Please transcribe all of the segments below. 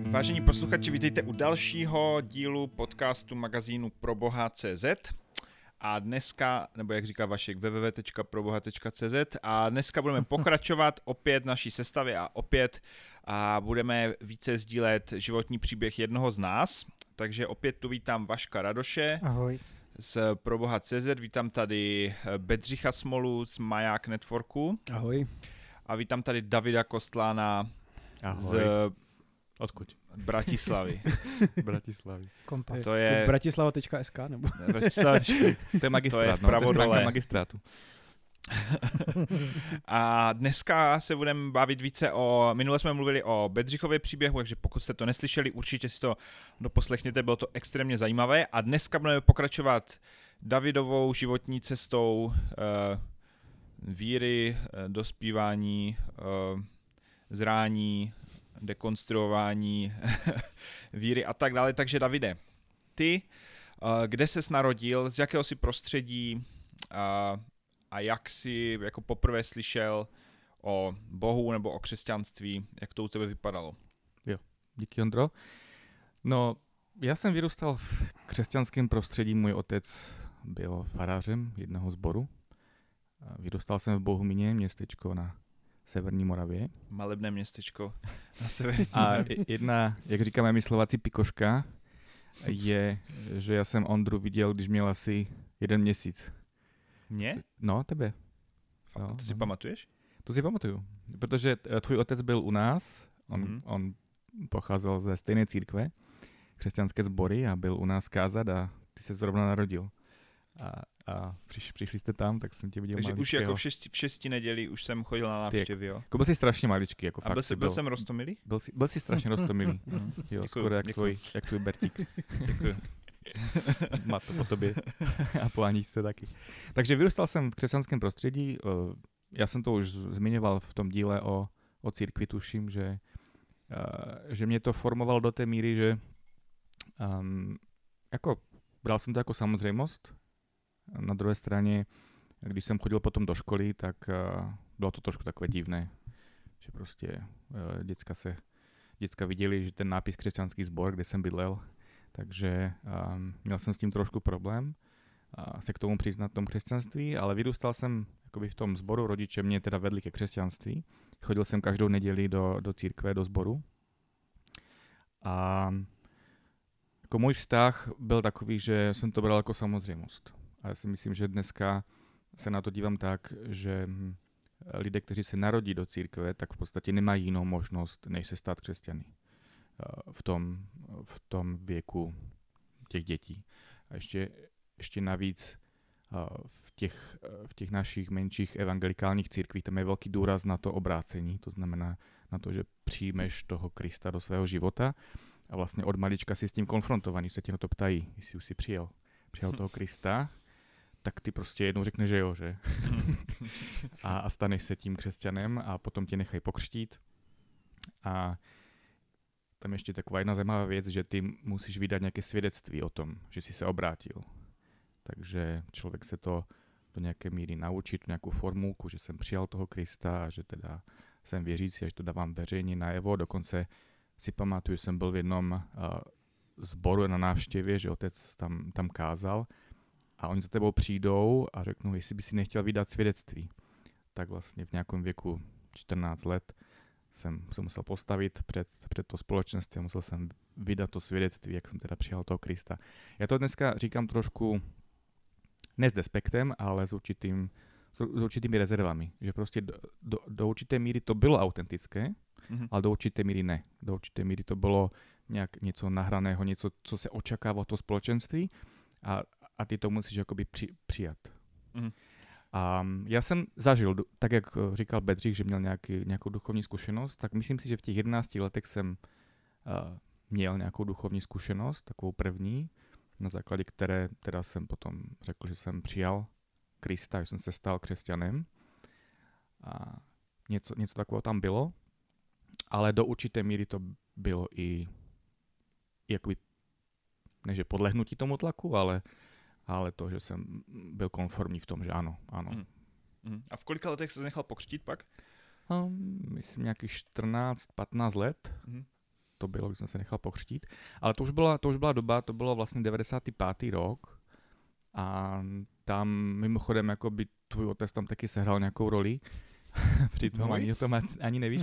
Vážení posluchači, vítejte u dalšího dílu podcastu magazínu Proboha.cz a dneska, nebo jak říká Vašek, www.proboha.cz a dneska budeme pokračovat opět v naší sestavě a budeme více sdílet životní příběh jednoho z nás, takže opět tu vítám Vaška Radoše. Ahoj. Z Proboha.cz, vítám tady Bedřicha Smolu z Maják Networku. Ahoj. A vítám tady Davida Kostlána. Ahoj. Z Odkud? Bratislavy. Bratislavy. Kompas. To je Bratislava.sk nebo? To je magistrát, to je to je stránka dole. magistrátu. A dneska se budeme bavit více minule jsme mluvili o Bedřichově příběhu, takže pokud jste to neslyšeli, určitě si to doposlechněte, bylo to extrémně zajímavé. A dneska budeme pokračovat Davidovou životní cestou víry, dospívání, zrání, dekonstruování víry a tak dále. Takže Davide, ty, kde ses narodil, z jakého jsi prostředí a jak jsi jako poprvé slyšel o Bohu nebo o křesťanství, jak to u tebe vypadalo? Jo, díky Ondro. No, já jsem vyrůstal v křesťanském prostředí, můj otec byl farářem jednoho sboru. Vyrůstal jsem v Bohumíně, městečko na Severní Moravě. Malebné městečko na Severní A Moravě. jedna, jak říkáme my Slováci, pikoška je, že já jsem Ondru viděl, když měl asi 1 měsíc. Mě? No, tebe. No, to si pamatuješ? To si pamatuju, protože tvůj otec byl u nás, on pocházel ze stejné církve, křesťanské sbory a byl u nás kázat a ty se zrovna narodil. A přišli jste tam, tak jsem tě viděl takže maličkého. už jako v 6 nedělí už jsem chodil na návštěvy, jo? Jako byl jsi strašně maličký, jako a fakt. byl jsem roztomilý? Byl jsi strašně roztomilý. Jo, Děkuju, skoro jak tvůj Bertík. Děkuji. Má to po tobě a po Aničce taky. Takže vyrůstal jsem v křesťanském prostředí. Já jsem to už zmiňoval v tom díle o církvi, tuším, že mě to formovalo do té míry, že jako bral jsem to jako samozřejmost. Na druhé straně, když jsem chodil potom do školy, tak bylo to trošku takové divné, že prostě děcka viděli, že ten nápis křesťanský sbor, kde jsem bydlel, takže měl jsem s tím trošku problém se k tomu přiznat tomu křesťanství, ale vyrůstal jsem jakoby v tom sboru, rodiče mě teda vedli ke křesťanství. Chodil jsem každou neděli do církve, do sboru. A jako můj vztah byl takový, že jsem to bral jako samozřejmost. A já si myslím, že dneska se na to dívám tak, že lidé, kteří se narodí do církve, tak v podstatě nemají jinou možnost, než se stát křesťany v tom věku těch dětí. A ještě navíc v těch našich menších evangelikálních církvích tam je velký důraz na to obrácení, to znamená na to, že přijmeš toho Krista do svého života a vlastně od malička si s tím konfrontovaný, se tě na to ptají, jestli už si přijal toho Krista, tak ty prostě jednou řekneš, že jo, že? a staneš se tím křesťanem a potom tě nechají pokřtít. A tam ještě taková jedna zajímavá věc, že ty musíš vydat nějaké svědectví o tom, že jsi se obrátil. Takže člověk se to do nějaké míry naučí, tu nějakou formulku, že jsem přijal toho Krista a že teda jsem věřící, až to dávám veřejně najevo. Dokonce si pamatuju, že jsem byl v jednom sboru na návštěvě, že otec tam kázal a oni za tebou přijdou a řeknou, jestli by si nechtěl vydat svědectví. Tak vlastně v nějakém věku 14 let jsem se musel postavit před to společenství a musel jsem vydat to svědectví, jak jsem teda přijal toho Krista. Já to dneska říkám trošku ne s despektem, ale s určitými rezervami. Že prostě do určité míry to bylo autentické, ale do určité míry ne. Do určité míry to bylo nějak něco nahraného, něco, co se očekávalo to společenství a ty to musíš jakoby přijat. A já jsem zažil, tak jak říkal Bedřich, že měl nějakou duchovní zkušenost, tak myslím si, že v těch 11 letech jsem měl nějakou duchovní zkušenost, takovou první, na základě které teda jsem potom řekl, že jsem přijal Krista, že jsem se stal křesťanem. A něco takového tam bylo, ale do určité míry to bylo i jakoby, ne že podlehnutí tomu tlaku, ale to, že jsem byl konformní v tom, že ano. A v kolika letech se nechal pokřtít pak? Myslím nějakých 14-15 let. to bylo, když jsem se nechal pokřtít. Ale to už byla doba, to bylo vlastně 95. rok a tam mimochodem jakoby tvůj otec tam taky sehrál nějakou roli. Přitom ani o tom ani nevíš.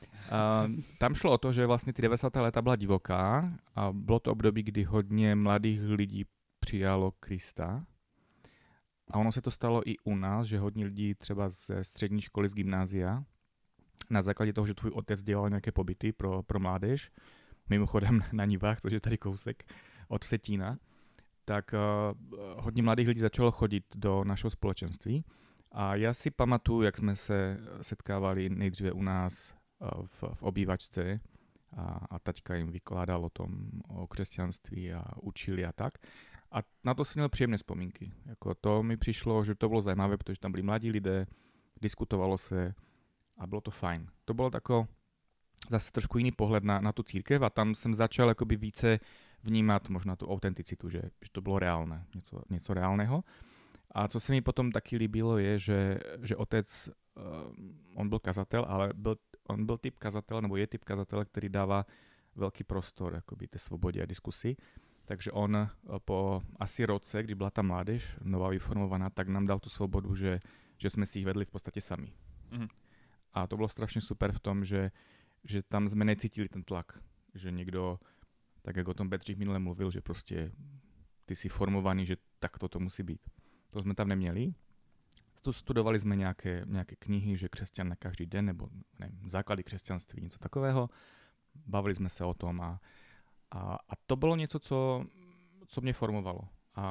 Tam šlo o to, že vlastně ty 90. léta byla divoká a bylo to období, kdy hodně mladých lidí přijalo Krista. A ono se to stalo i u nás, že hodně lidí třeba ze střední školy, z gymnázia, na základě toho, že tvůj otec dělal nějaké pobyty pro mládež, mimochodem na Nivách, což je tady kousek od Vsetína, tak hodně mladých lidí začalo chodit do našeho společenství. A já si pamatuju, jak jsme se setkávali nejdříve u nás v obývačce a taťka jim vykládal o křesťanství a učili a tak. A na to jsem měl příjemné vzpomínky. Jako to mi přišlo, že to bylo zajímavé, protože tam byli mladí lidé, diskutovalo se a bylo to fajn. To bylo tako zase trošku jiný pohled na tu církev a tam jsem začal jakoby více vnímat možná tu autenticitu, že to bylo reálné, něco reálného. A co se mi potom taky líbilo je, že otec, on byl kazatel, ale on byl typ kazatele, nebo je typ kazatele, který dává velký prostor jakoby té svobodě a diskusi. Takže on po asi roce, kdy byla ta mládež nová vyformovaná, tak nám dal tu svobodu, že jsme si ji vedli v podstatě sami. Mm-hmm. A to bylo strašně super v tom, že tam jsme necítili ten tlak. Že někdo, tak jak o tom Bedřich minule mluvil, že prostě ty jsi formovaný, že takto to musí být. To jsme tam neměli. Studovali jsme nějaké knihy, že křesťan na každý den, nebo nevím, základy křesťanství, něco takového. Bavili jsme se o tom a to bylo něco, co mě formovalo.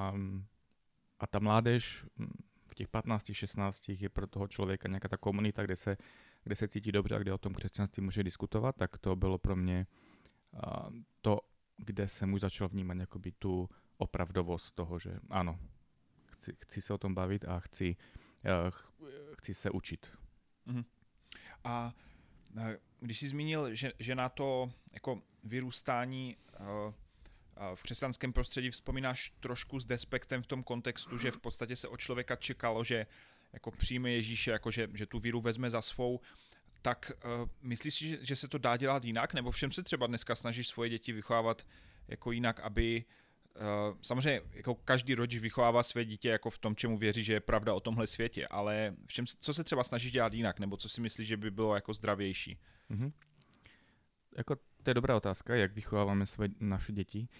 A ta mládež v těch 15, 16 je pro toho člověka nějaká ta komunita, kde se cítí dobře a kde o tom křesťanství může diskutovat, tak to bylo pro mě to, kde jsem už začal vnímat jakoby tu opravdovost toho, že ano, chci se o tom bavit a chci se učit. Mm-hmm. A když jsi zmínil, že na to jako vyrůstání v křesťanském prostředí vzpomínáš trošku s despektem v tom kontextu, že v podstatě se od člověka čekalo, že jako přijme Ježíše, jako že tu víru vezme za svou, tak myslíš si, že se to dá dělat jinak? Nebo v čem se třeba dneska snažíš svoje děti vychovávat jako jinak, aby samozřejmě jako každý rodič vychovává své dítě jako v tom, čemu věří, že je pravda o tomhle světě, ale co se třeba snažíš dělat jinak, nebo co si myslíš, že by bylo jako zdravější? Mm-hmm. Jako to je dobrá otázka, jak vychováváme naše děti.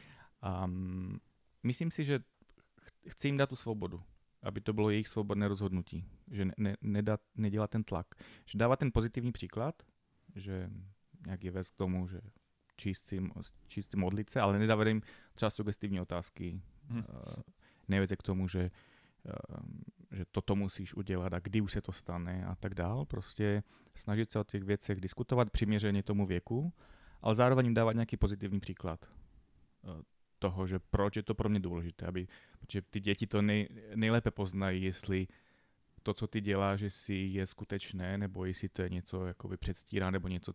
Myslím si, že chci jim dát tu svobodu, aby to bylo jejich svobodné rozhodnutí, že nedělat ten tlak, že dávat ten pozitivní příklad, že nějak je vést k tomu, že číst si modlit se, ale nedávat jim třeba sugestivní otázky, nevést k tomu, že toto musíš udělat a kdy už se to stane a tak dál. Prostě snažit se o těch věcech diskutovat přiměřeně tomu věku, ale zároveň jim dávat nějaký pozitivní příklad toho, že proč je to pro mě důležité, protože ty děti to nejlépe poznají, jestli to, co ty děláš, že si je skutečné, nebo jestli to je něco jakoby předstírá, nebo něco,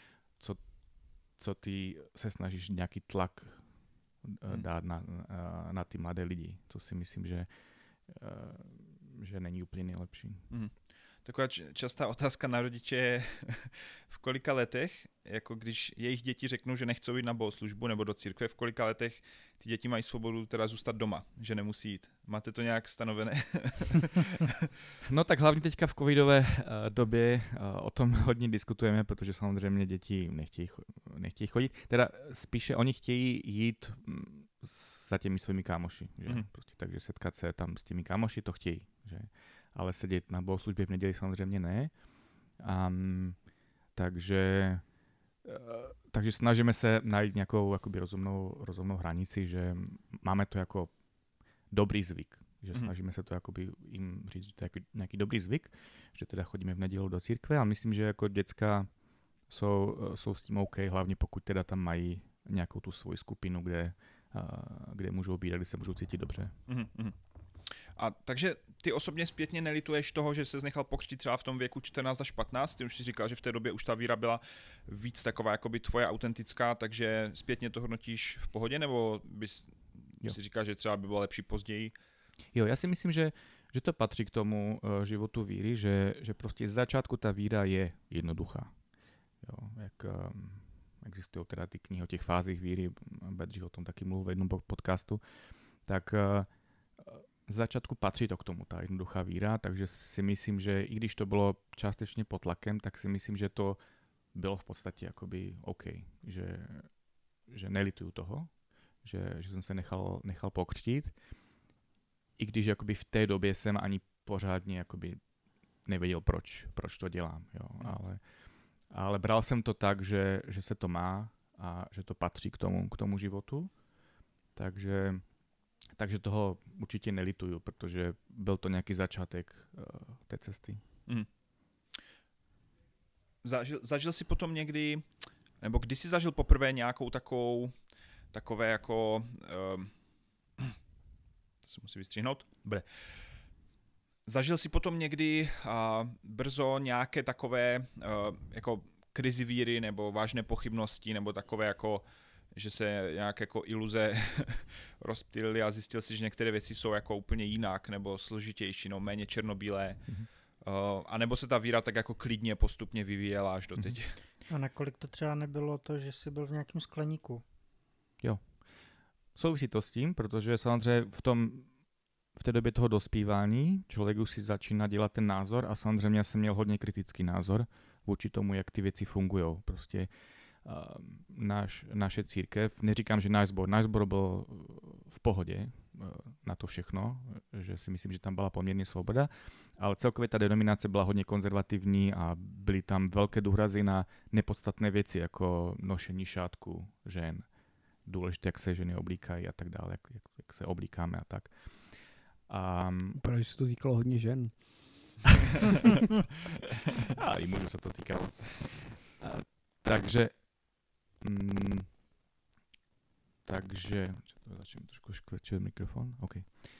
co ty se snažíš nějaký tlak dát na ty mladé lidi. To si myslím, že není úplně nejlepší. Taková častá otázka na rodiče je, v kolika letech, jako když jejich děti řeknou, že nechcou jít na bohoslužbu nebo do církve, v kolika letech ty děti mají svobodu teda zůstat doma, že nemusí jít. Máte to nějak stanovené? No tak hlavně teďka v covidové době o tom hodně diskutujeme, protože samozřejmě děti nechtějí chodit. Teda spíše oni chtějí jít za těmi svými kámoši. Že? Prostě, takže setkat se tam s těmi kámoši to chtějí. Že? Ale sedět na bohoslužbě v neděli samozřejmě ne. Takže snažíme se najít nějakou jakoby rozumnou hranici, že máme to jako dobrý zvyk. Že snažíme se to jakoby jim říct, že to je nějaký dobrý zvyk, že teda chodíme v neděli do církve a myslím, že jako děcka jsou s tím OK, hlavně pokud teda tam mají nějakou tu svoji skupinu, kde můžou být a kde se můžou cítit dobře. A takže ty osobně zpětně nelituješ toho, že ses nechal pokřtít třeba v tom věku 14 až 15? Ty už si říkal, že v té době už ta víra byla víc taková jakoby tvoje autentická, takže zpětně to hodnotíš v pohodě, nebo bys si říkal, že třeba by bylo lepší později? Jo, já si myslím, že to patří k tomu životu víry, že prostě z začátku ta víra je jednoduchá. Jo, existujú teda tie knihy o tých fázích víry, Bedřich o tom taky mluvil v jednom podcastu, tak z začiatku patří to k tomu, tá jednoduchá víra, takže si myslím, že i když to bylo částečně pod tlakem, tak si myslím, že to bylo v podstatě akoby OK, že nelituju toho, že jsem se nechal pokřtít, i když jakoby v té době jsem ani pořádně jakoby nevěděl, proč to dělám, jo, ale bral jsem to tak, že se to má a že to patří k tomu životu, takže toho určitě nelituju, protože byl to nějaký začátek té cesty. Zažil jsi potom někdy, nebo kdy jsi zažil poprvé nějakou takové jako, to se musí vystřihnout, zažil jsi potom někdy brzo nějaké takové jako krizi víry nebo vážné pochybnosti nebo takové jako, že se nějak jako iluze rozptýlily a zjistil si, že některé věci jsou jako úplně jinak nebo složitější, no méně černobílé. A nebo se ta víra tak jako klidně postupně vyvíjela až do teď. A nakolik to třeba nebylo to, že jsi byl v nějakém skleníku? Jo. Souvisí to s tím, protože samozřejmě v té době toho dospívání člověk už si začíná dělat ten názor a samozřejmě jsem měl hodně kritický názor vůči tomu, jak ty věci fungují. Prostě naše církev, neříkám, že náš sbor byl v pohodě na to všechno, že si myslím, že tam byla poměrně svoboda, ale celkově ta denominace byla hodně konzervativní a byly tam velké důrazy na nepodstatné věci, jako nošení šátku žen, důležité, jak se ženy oblíkají a tak dále, jak se oblíkáme a tak. Protože se to týkalo hodně žen. A i mužů se to týkalo. Takže začnu trošku škvrčet mikrofon. OK.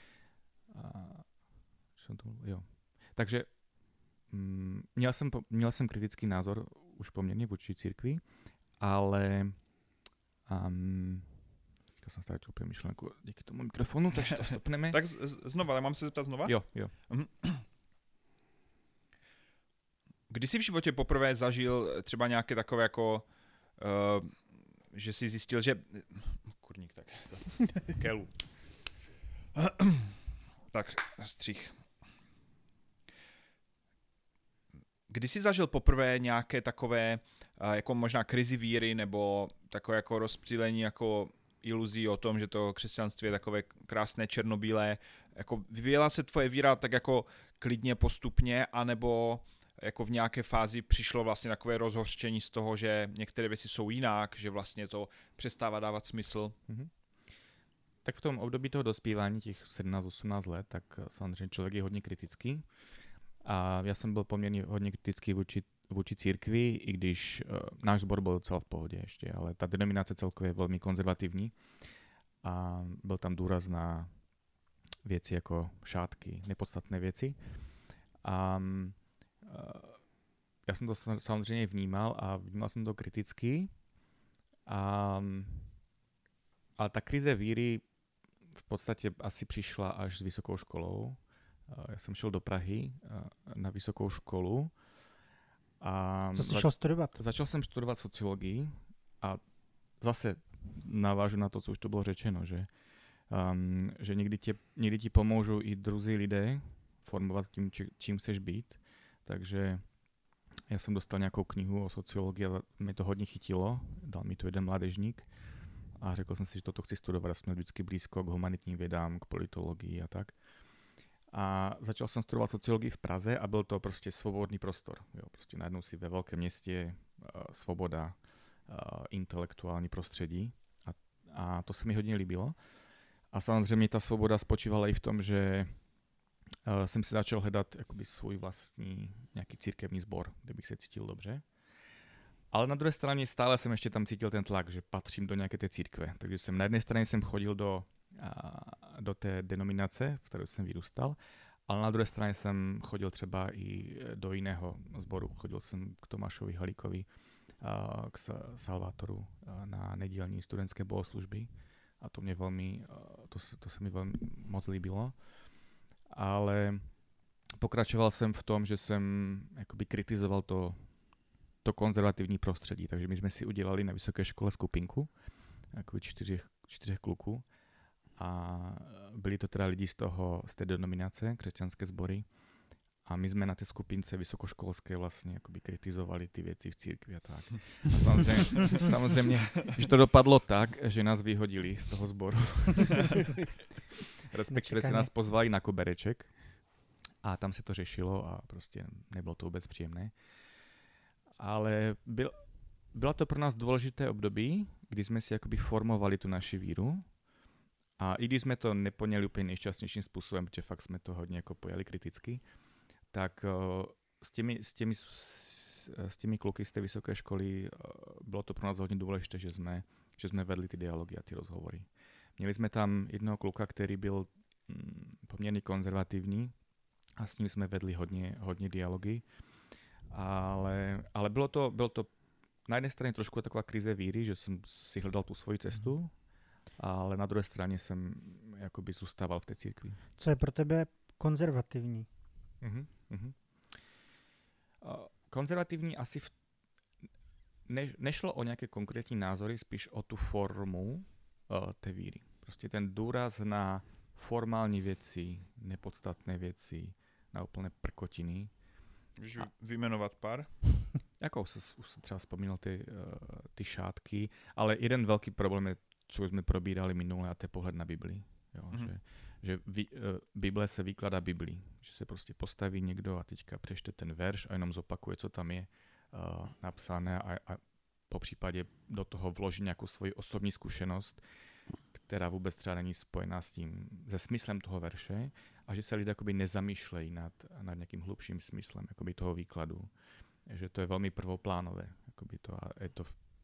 Jo. Takže měl jsem kritický názor už poměrně vůči církvi, ale teďka jsem ztratil úplně myšlenku díky tomu mikrofonu, takže to stopneme. Tak znova, ale mám se zeptat znova? Jo. Kdy jsi v životě poprvé zažil třeba nějaké takové jako, že jsi zjistil, že... Kurník, tak zase kelu. Tak, střih. Kdy jsi zažil poprvé nějaké takové, jako možná krizi víry, nebo takové jako rozptýlení jako iluzí o tom, že to křesťanství je takové krásné černobílé, jako vyvíjela se tvoje víra tak jako klidně postupně, anebo jako v nějaké fázi přišlo vlastně takové rozhořčení z toho, že některé věci jsou jinak, že vlastně to přestává dávat smysl? Tak v tom období toho dospívání, těch 17-18 let, tak samozřejmě člověk je hodně kritický. A já jsem byl poměrně hodně kritický vůči církvi, i když náš sbor byl docela v pohodě ještě, ale ta denominace celkově je velmi konzervativní a byl tam důraz na věci jako šátky, nepodstatné věci. A já jsem to samozřejmě vnímal a vnímal jsem to kriticky. Ale ta krize víry v podstatě asi přišla až s vysokou školou. Já jsem šel do Prahy na vysokou školu. Co jsi šel studovat? Začal jsem studovat sociologii a zase navážu na to, co už to bylo řečeno, že někdy ti pomůžou i druzí lidé formovat tím, čím chceš být. Takže já jsem dostal nějakou knihu o sociologii a mě to hodně chytilo. Dal mi to jeden mládežník a řekl jsem si, že toto chci studovat a jsme vždycky blízko k humanitním vědám, k politologii a tak. A začal jsem studovat sociologii v Praze a byl to prostě svobodný prostor. Jo, prostě najednou si ve velkém městě svoboda, intelektuální prostředí a to se mi hodně líbilo. A samozřejmě ta svoboda spočívala i v tom, že jsem si začal hledat jakoby svůj vlastní nějaký církevní sbor, kde bych se cítil dobře. Ale na druhé straně stále jsem ještě tam cítil ten tlak, že patřím do nějaké té církve. Takže jsem na jedné straně jsem chodil do té denominace, v které jsem vyrůstal, ale na druhé straně jsem chodil třeba i do jiného sboru. Chodil jsem k Tomášovi Halíkovi, k Salvatoru na nedělní studentské bohoslužby a to mě to se mi velmi moc líbilo. Ale pokračoval jsem v tom, že jsem jakoby kritizoval to to konzervativní prostředí. Takže my jsme si udělali na vysoké škole skupinku, jako 4 kluků. A byli to teda lidi z té denominace, křesťanské sbory. A my jsme na té skupince vysokoškolské vlastně jakoby kritizovali ty věci v církvi a tak. A samozřejmě, že to dopadlo tak, že nás vyhodili z toho sboru. Respektive se nás pozvali na kobereček a tam se to řešilo a prostě nebylo to vůbec příjemné. Ale bylo to pro nás důležité období, kdy jsme si jakoby formovali tu naši víru. A i když jsme to neponěli úplně nejšťastnějším způsobem, protože fakt jsme to hodně jako pojali kriticky, tak s těmi kluky z té vysoké školy bylo to pro nás hodně důležité, že jsme vedli ty dialogy a ty rozhovory. Měli jsme tam jednoho kluka, který byl poměrně konzervativní a s ním jsme vedli hodně dialogy, ale bylo to na jedné straně trošku taková krize víry, že jsem si hledal tu svoji cestu, ale na druhé straně jsem jakoby zůstával v té církvi. Co je pro tebe konzervativní? Konzervativní asi nešlo o nějaké konkrétní názory, spíš o tu formu té víry. Prostě ten důraz na formální věci, nepodstatné věci, na úplné prkotiny. Můžu vyjmenovat pár? Jako už třeba vzpomínal ty šátky, ale jeden velký problém je, co jsme probírali minule, a to je pohled na Bibli. Jo, že Bible se vykládá Biblii. Že se prostě postaví někdo a teďka přečte ten verš a jenom zopakuje, co tam je napsané a po případě do toho vloží nějakou svoji osobní zkušenost, která vůbec třeba není spojená se smyslem toho verše a že se lidé jakoby nezamýšlejí nad nějakým hlubším smyslem jakoby toho výkladu. Že to je velmi prvoplánové. Jakoby to, a je to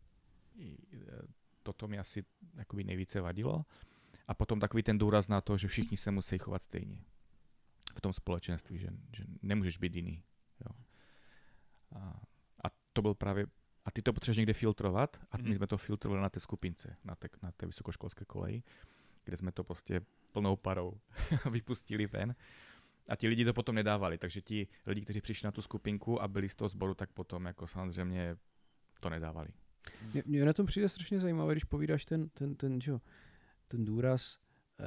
toto mi asi jakoby nejvíce vadilo. A potom takový ten důraz na to, že všichni se musí chovat stejně v tom společenství, že nemůžeš být jiný. Jo. A to byl právě, a ty to potřebuješ někde filtrovat a my jsme to filtrovali na té skupince, na té vysokoškolské koleji, kde jsme to prostě plnou parou vypustili ven. A ti lidi to potom nedávali, takže ti lidi, kteří přišli na tu skupinku a byli z toho sboru, tak potom jako samozřejmě to nedávali. Mně na tom přijde strašně zajímavé, když povídáš ten důraz,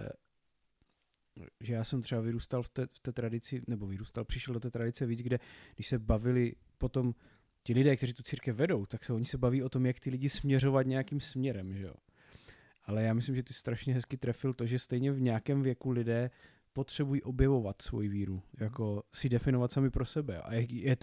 že já jsem třeba vyrůstal v té tradici, přišel do té tradice víc, kde když se bavili potom ti lidé, kteří tu církev vedou, tak oni se baví o tom, jak ty lidi směřovat nějakým směrem, že jo. Ale já myslím, že ty strašně hezky trefil to, že stejně v nějakém věku lidé potřebují objevovat svoji víru, jako si definovat sami pro sebe. A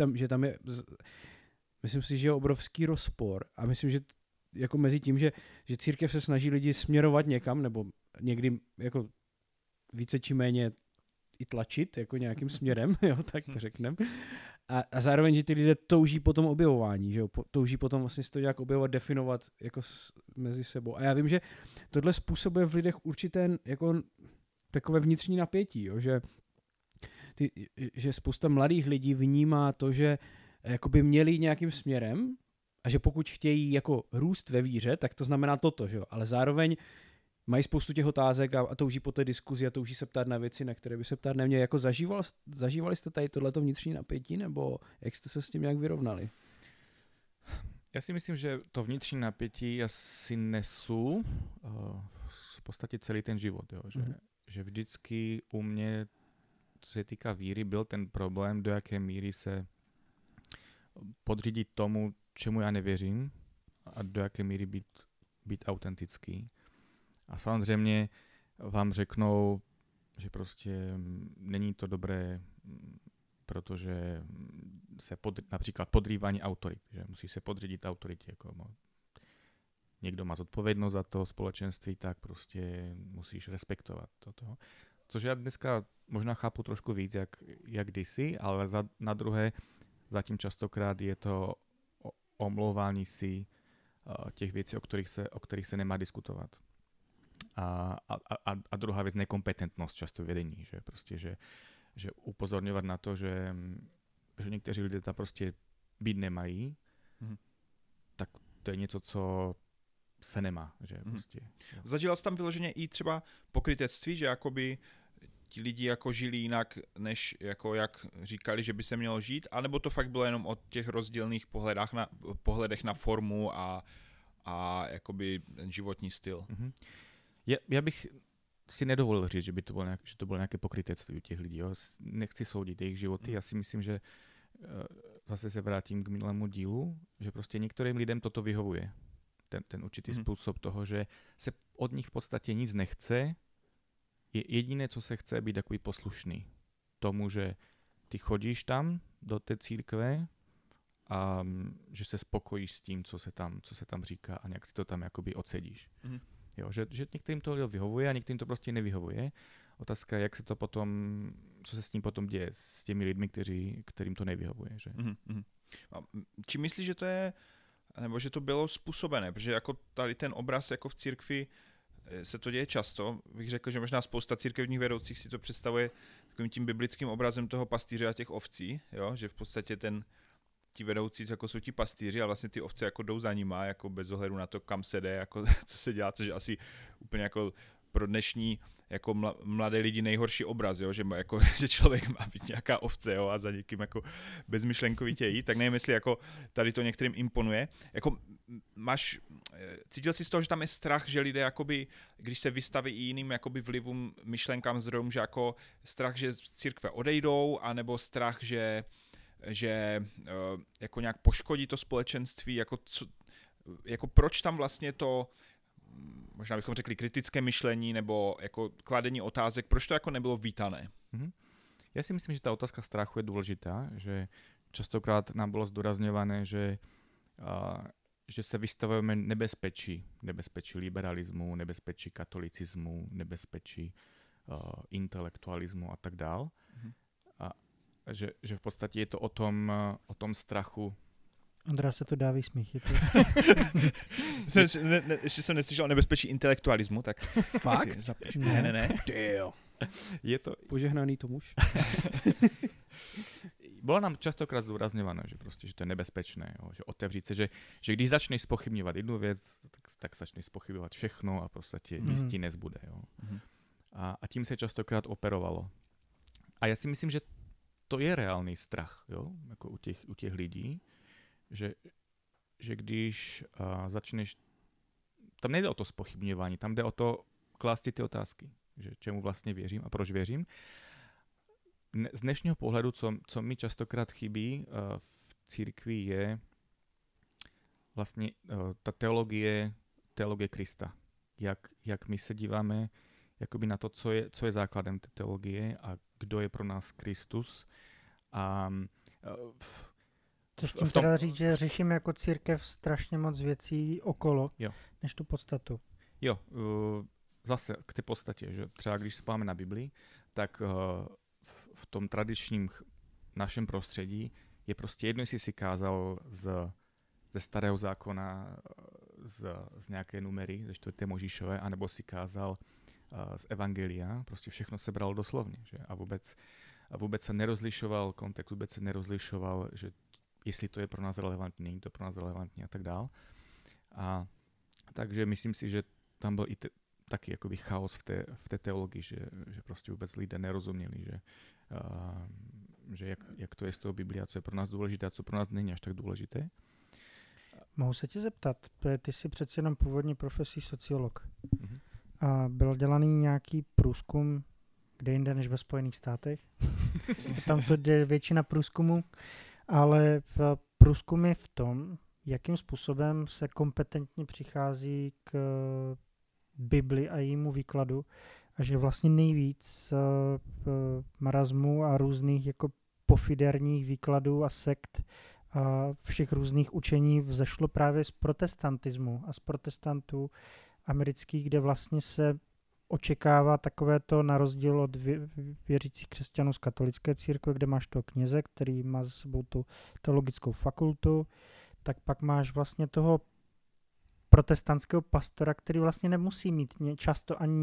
myslím si, že je obrovský rozpor a myslím, že jako mezi tím, že církev se snaží lidi směrovat někam, nebo někdy jako více či méně i tlačit jako nějakým směrem, jo, tak to řekneme. A zároveň, že ty lidé touží po tom objevování, že jo, touží potom vlastně si to nějak objevovat, definovat jako mezi sebou. A já vím, že tohle způsobuje v lidech určité jako takové vnitřní napětí, jo, že spousta mladých lidí vnímá to, že jakoby měli nějakým směrem a že pokud chtějí jako růst ve víře, tak to znamená toto, že jo, ale zároveň mají spoustu těch otázek a touží po té diskuzi a touží se ptát na věci, na které by se ptát neměli. Jako zažívali jste tady tohleto vnitřní napětí, nebo jak jste se s tím nějak vyrovnali? Já si myslím, že to vnitřní napětí asi nesu v podstatě celý ten život. Jo? Že vždycky u mě, co se týká víry, byl ten problém, do jaké míry se podřídit tomu, čemu já nevěřím a do jaké míry být autentický. A samozřejmě vám řeknou, že prostě není to dobré, protože se například podrývání autorit, že musí se podřídit autoritě. Jako někdo má zodpovědnost za to společenství, tak prostě musíš respektovat toto. Což já dneska možná chápu trošku víc, jak kdysi, ale na druhé zatím častokrát je to omlouvání těch věcí, o kterých se nemá diskutovat. A druhá věc, nekompetentnost často vedení, že prostě, že upozorňovat na to, že někteří lidé tam prostě být nemají, tak to je něco, co se nemá, že prostě. Zažíval jsi tam vyloženě i třeba pokrytectví, že jakoby ti lidi jako žili jinak, než jako jak říkali, že by se mělo žít, anebo to fakt bylo jenom o těch rozdílných pohledech na formu a jakoby ten životní styl. Mm-hmm. Já bych si nedovolil říct, že by to bylo nějaké pokrytectví u těch lidí. Jo. Nechci soudit jejich životy. Já si myslím, že zase se vrátím k minulému dílu, že prostě některým lidem toto vyhovuje. Ten určitý způsob toho, že se od nich v podstatě nic nechce. Jediné, co se chce, je být takový poslušný tomu, že ty chodíš tam do té církve a že se spokojíš s tím, co se tam říká a nějak si to tam jakoby odsedíš. Mm-hmm. Jo, že některým to vyhovuje a některým to prostě nevyhovuje. Otázka je, jak se to potom, co se s tím potom děje, s těmi lidmi, kterým to nevyhovuje. Že? Mm-hmm. A či myslíš, že to je, nebo že to bylo způsobené? Protože jako tady ten obraz jako v církvi se to děje často. Bych řekl, že možná spousta církevních vedoucích si to představuje takovým tím biblickým obrazem toho pastýře a těch ovcí, jo? Že v podstatě ti vedoucí jako jsou ti pastýři a vlastně ty ovce jako jdou za nima, jako bez ohledu na to, kam se jde, jako co se dělá, což je asi úplně jako pro dnešní jako mladé lidi nejhorší obraz, jo? Že člověk má být nějaká ovce, jo? A za někým jako bezmyšlenkovitě jít, tak nevím, jestli jako tady to některým imponuje. Jako cítil jsi z toho, že tam je strach, že lidé jakoby, když se vystaví i jiným jakoby vlivům, myšlenkám, zdrojům, že jako strach, že z církve odejdou, anebo strach, že jako nějak poškodí to společenství, jako proč tam vlastně to, možná bychom řekli kritické myšlení nebo jako kladení otázek, proč to jako nebylo vítané? Mm-hmm. Já si myslím, že ta otázka strachu je důležitá, že častokrát nám bylo zdůrazňované, že se vystavujeme nebezpečí liberalismu, nebezpečí katolicismu, nebezpečí intelektualismu a tak dál. Mm-hmm. Že v podstatě je to o tom strachu. Andrá se to dá vysmíchyt. Ještě jsem neslyšel o nebezpečí intelektualismu, tak... Fakt? Ne. Je to požehnaný Tomuš. Bylo nám častokrát zdůrazňováno, že prostě, že to je nebezpečné, jo, že otevřít se, že když začneš zpochybňovat jednu věc, tak začneš zpochybňovat všechno a prostě nic ti nezbude. Jo. Mm-hmm. A tím se častokrát operovalo. A já si myslím, že to je reálný strach, jo, jako u těch lidí, že když začneš, tam nejde o to zpochybňování, tam jde o to klást si ty otázky, že čemu vlastně věřím a proč věřím. Z dnešního pohledu, co mi častokrát chybí v církvi, je vlastně ta teologie Krista. Jak my se díváme jakoby na to, co je základem té teologie a kdo je pro nás Kristus. Což tím teda říct, že řešíme jako církev strašně moc věcí okolo, než tu podstatu. Jo, zase k té podstatě, že třeba když se podíváme na Biblii, tak v tom tradičním našem prostředí je prostě jedno, jestli si kázal ze Starého zákona, z nějaké numery, ze 4. Mojžíšové, anebo si kázal z Evangelia, prostě všechno se bralo doslovně, že? A vůbec se nerozlišoval kontext, vůbec se nerozlišoval, že jestli to je pro nás relevantní, není to pro nás relevantní a tak dál. A takže myslím si, že tam byl i taky jakoby chaos v té teologii, že prostě vůbec lidé nerozuměli, že jak to je z toho Biblia, co je pro nás důležité a co pro nás není až tak důležité. Mohu se tě zeptat, ty jsi přeci jenom původní profesí sociolog. Mm-hmm. A byl dělaný nějaký průzkum kde jinde než ve Spojených státech. Tam to jde většina průzkumu, ale v průzkum je v tom, jakým způsobem se kompetentně přichází k Bibli a jejímu výkladu a že vlastně nejvíc marazmu a různých jako pofiderních výkladů a sekt a všech různých učení vzešlo právě z protestantismu a z protestantů amerických, kde vlastně se očekává takovéto na rozdíl od věřících křesťanů z katolické církve, kde máš toho kněze, který má za sebou tu teologickou fakultu, tak pak máš vlastně toho protestantského pastora, který vlastně nemusí mít často ani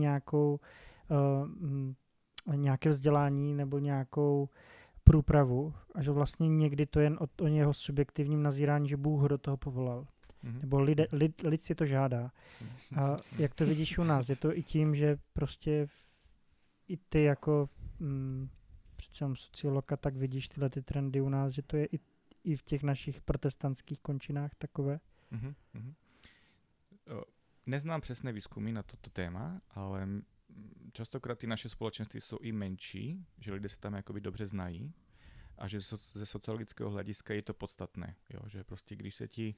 nějaké vzdělání nebo nějakou průpravu a že vlastně někdy to jen o jeho subjektivním nazírání, že Bůh ho do toho povolal. Mm-hmm. Nebo lid si to žádá. A jak to vidíš u nás? Je to i tím, že prostě i ty jako přece jenom sociolog a tak vidíš tyhle ty trendy u nás, že to je i v těch našich protestantských končinách takové? Neznám přesné výzkumy na toto téma, ale častokrát ty naše společenství jsou i menší, že lidé se tam jakoby dobře znají a že ze sociologického hlediska je to podstatné, jo? Že prostě když se ti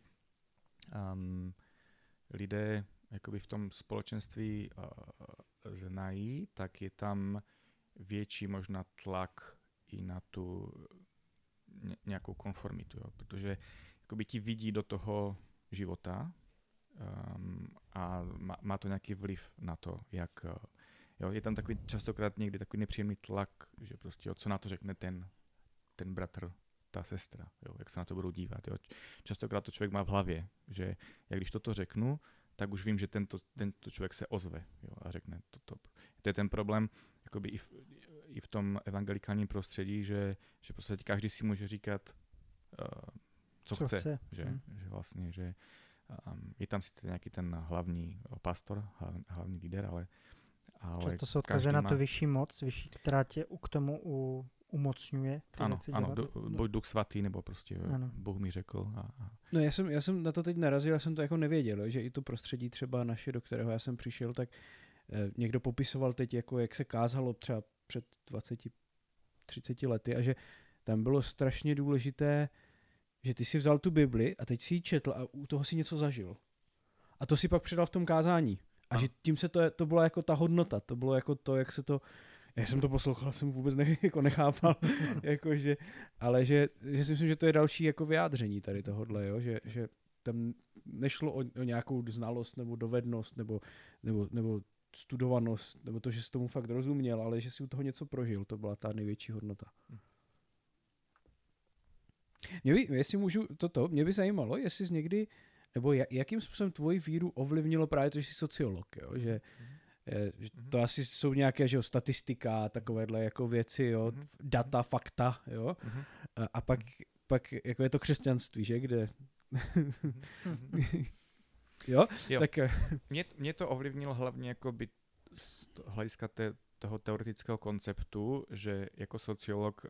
lidé jakoby v tom společenství znají, tak je tam větší možná tlak i na tu nějakou konformitu, jo? Protože jakoby ti vidí do toho života a má to nějaký vliv na to, jak jo, je tam takový častokrát někdy takový nepříjemný tlak, že prostě co na to řekne ten bratr, ta sestra, jo, jak se na to budou dívat. Jo. Častokrát to člověk má v hlavě, že jak když toto řeknu, tak už vím, že tento člověk se ozve, jo, a řekne toto. To je ten problém jakoby i v tom evangelikálním prostředí, že prostě každý si může říkat, co chce. Že vlastně, že je tam sice nějaký ten hlavní pastor, hlavní líder, ale často se odkazuje na tu vyšší moc, která tě k tomu umocňuje. Ano, buď Duch Svatý, nebo prostě Bůh mi řekl. No já jsem na to teď narazil, já jsem to jako nevěděl, že i to prostředí třeba naše, do kterého já jsem přišel, tak někdo popisoval teď, jako jak se kázalo třeba před 20-30 lety a že tam bylo strašně důležité, že ty si vzal tu Bibli a teď si ji četl a u toho si něco zažil. A to si pak předal v tom kázání. A že tím se to byla jako ta hodnota, to bylo jako to, jak se to, já jsem to poslouchal, jsem vůbec nechápal, jakože, ale že si myslím, že to je další jako vyjádření tady tohodle, jo? Že tam nešlo o nějakou znalost nebo dovednost nebo studovanost, nebo to, že jsi tomu fakt rozuměl, ale že si u toho něco prožil, to byla ta největší hodnota. Mě by zajímalo, jestli jsi někdy, nebo jakým způsobem tvoji víru ovlivnilo právě to, že jsi sociolog, jo? Že to asi jsou nějaké, že jo, statistika, takovéhle jako věci, jo, data, fakta, jo, a pak jako je to křesťanství, že, kde jo, tak mě to ovlivnilo hlavně jakoby z hlediska toho teoretického konceptu, že jako sociolog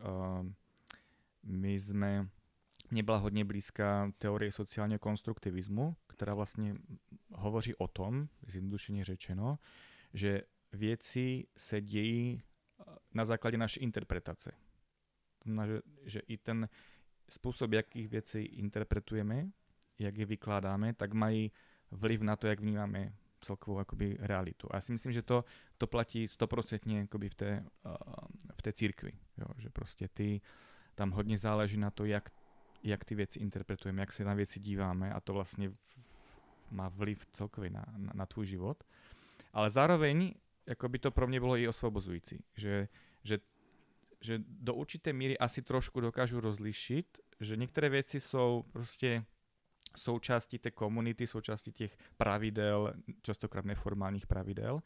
mě byla hodně blízká teorie sociálního konstruktivismu, která vlastně hovoří o tom, zjednodušeně řečeno, že věci se dějí na základě naší interpretace. To znamená, že i ten způsob, jakých věcí interpretujeme, jak je vykládáme, tak mají vliv na to, jak vnímáme celkovou jakoby realitu. A já si myslím, že to platí 100% jakoby v té církvi. Jo? Že prostě tam hodně záleží na to, jak ty věci interpretujeme, jak se na věci díváme a to vlastně má vliv celkově na tvůj život. Ale zároveň jakoby to pro mě bylo i osvobozující, že do určité míry asi trošku dokážu rozlišit, že některé věci jsou prostě součástí té komunity, součástí těch pravidel, častokrát neformálních pravidel.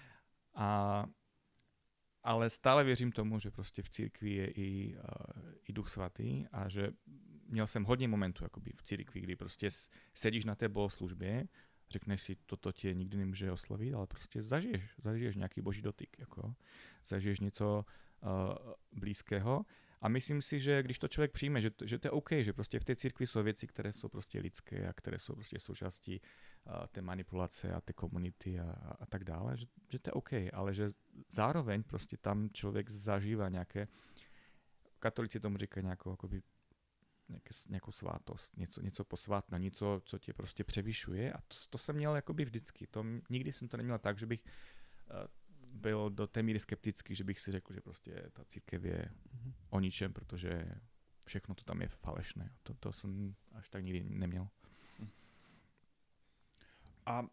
Ale stále věřím tomu, že prostě v církvi je i Duch Svatý a že měl jsem hodně momentů jakoby v církvi, kdy prostě sedíš na té bohoslužbě, řekneš si, toto tě nikdy nemůže oslovit, ale prostě zažiješ nějaký boží dotyk, jako, zažiješ něco blízkého. A myslím si, že když to člověk přijme, že to je OK, že prostě v té církvi jsou věci, které jsou prostě lidské a které jsou prostě součástí té manipulace a té komunity a tak dále, že to je OK, ale že zároveň prostě tam člověk zažívá nějaké, katolici tomu říkají nějakou svátost, něco posvátné, něco, co tě prostě převyšuje a to jsem měl jakoby vždycky. Nikdy jsem to neměl tak, že bych byl do té míry skeptický, že bych si řekl, že prostě ta církev je o ničem, protože všechno to tam je falešné. To jsem až tak nikdy neměl. A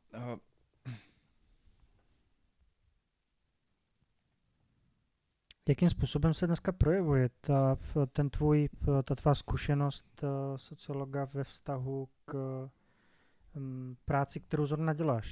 jakým způsobem se dneska projevuje ta tvá zkušenost sociologa ve vztahu k práci, kterou zrovna děláš?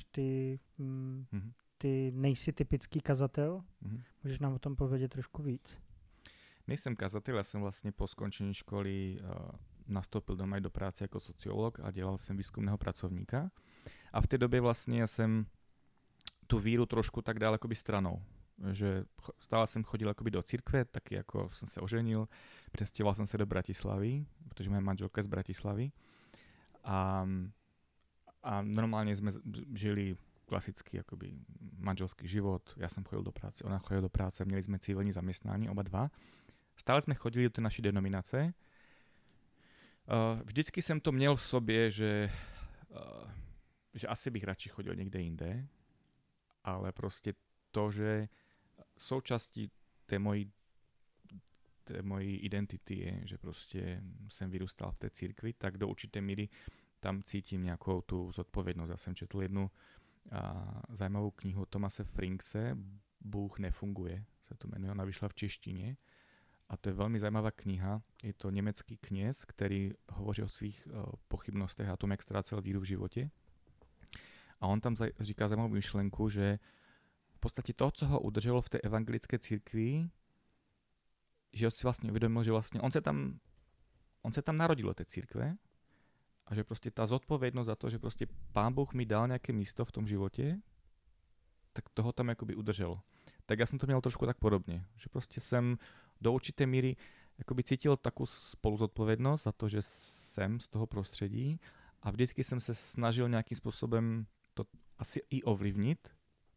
Ty nejsi typický kazatel? Můžeš nám o tom povědět trošku víc? Nejsem kazatel, já jsem vlastně po skončení školy nastoupil doma do práce jako sociolog a dělal jsem výzkumného pracovníka. A v té době vlastně já jsem tu víru trošku tak dal jakoby stranou. že stále jsem chodil akoby do církve, taky jako jsem se oženil, přestěhoval jsem se do Bratislavy, protože moje manželka je z Bratislavy. A normálně jsme žili klasický akoby manželský život. Já jsem chodil do práce, ona chodila do práce, měli jsme civilní zaměstnání, oba dva. Stále jsme chodili do té naší denominace. Vždycky jsem to měl v sobě, že asi bych radši chodil někde jinde, ale prostě to, že součástí té mojí identity je, že prostě jsem vyrůstal v té církvi, tak do určité míry tam cítím nějakou tu zodpovědnost. Já jsem četl jednu zajímavou knihu Thomase Frinkse, Bůh nefunguje, se to jmenuje, ona vyšla v češtině. A to je velmi zajímavá kniha. Je to německý kněz, který hovoří o svých pochybnostech a o tom, jak ztrácel víru v životě. A on tam říká zajímavou myšlenku, že v podstatě to, co ho udrželo v té evangelické církvi, že si vlastně uvědomil, že vlastně on se tam narodil do té církve a že prostě ta zodpovědnost za to, že prostě Pán Bůh mi dal nějaké místo v tom životě, tak toho tam jakoby udržel. Tak já jsem to měl trošku tak podobně, že prostě jsem do určité míry jakoby cítil takovou spoluzodpovědnost za to, že jsem z toho prostředí a vždycky jsem se snažil nějakým způsobem to asi i ovlivnit,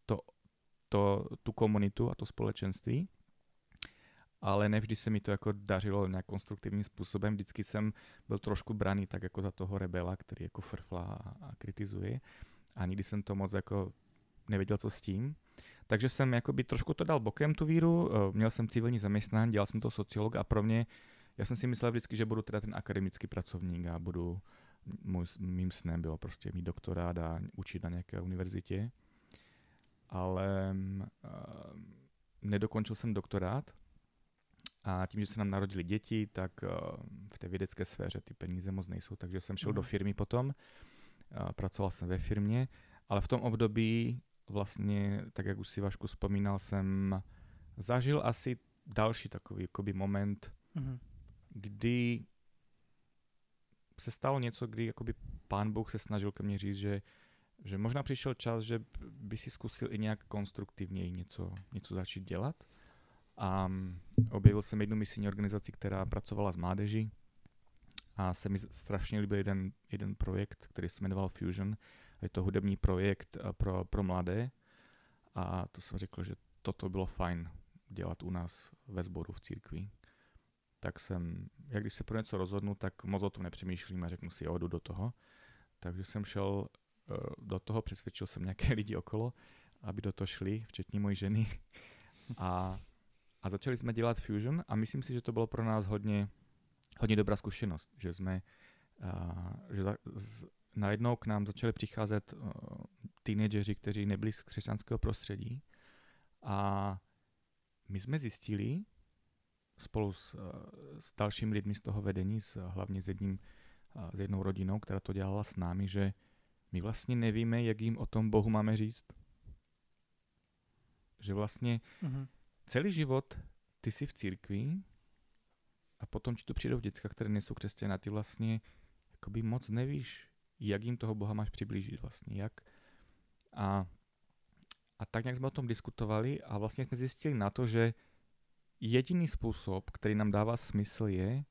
tu komunitu a to společenství, ale nevždy se mi to jako dařilo nějak konstruktivním způsobem. Vždycky jsem byl trošku braný tak jako za toho rebela, který jako frflá a kritizuje a nikdy jsem to moc jako nevěděl, co s tím. Takže jsem jakoby trošku to dal bokem tu víru, měl jsem civilní zaměstnání, dělal jsem to sociolog a pro mě, já jsem si myslel vždycky, že budu teda ten akademický pracovník a mým snem bylo prostě mít doktorát a učit na nějaké univerzitě. Ale nedokončil jsem doktorát a tím, že se nám narodili děti, tak v té vědecké sféře ty peníze moc nejsou, takže jsem šel do firmy potom, pracoval jsem ve firmě, ale v tom období vlastně, tak jak už si Vašku vzpomínal, jsem zažil asi další takový jakoby moment, kdy se stalo něco, kdy jakoby Pán Bůh se snažil ke mně říct, že možná přišel čas, že by si zkusil i nějak konstruktivněji něco začít dělat. A objevil jsem jednu misijní organizaci, která pracovala s mládeží a se mi strašně líbil jeden projekt, který se jmenoval Fusion. Je to hudební projekt pro mladé a to jsem řekl, že toto bylo fajn dělat u nás ve sboru v církvi. Tak jak když se pro něco rozhodnu, tak moc o tom nepřemýšlím a řeknu si, jo, jdu do toho. Takže jsem šel do toho, přesvědčil jsem nějaké lidi okolo, aby do toho šli, včetně mojí ženy. A začali jsme dělat Fusion a myslím si, že to bylo pro nás hodně dobrá zkušenost, že jsme najednou k nám začali přicházet teenageři, kteří nebyli z křesťanského prostředí a my jsme zjistili spolu s dalšími lidmi z toho vedení, hlavně s jednou rodinou, která to dělala s námi, že my vlastně nevíme, jak jim o tom Bohu máme říct. Že vlastně celý život ty jsi v církvi a potom ti tu přijdou děcka, které nejsou křesťané a ty vlastně jakoby moc nevíš, jak jim toho Boha máš přiblížit vlastně, jak. A tak nějak jsme o tom diskutovali a vlastně jsme zjistili na to, že jediný způsob, který nám dává smysl je,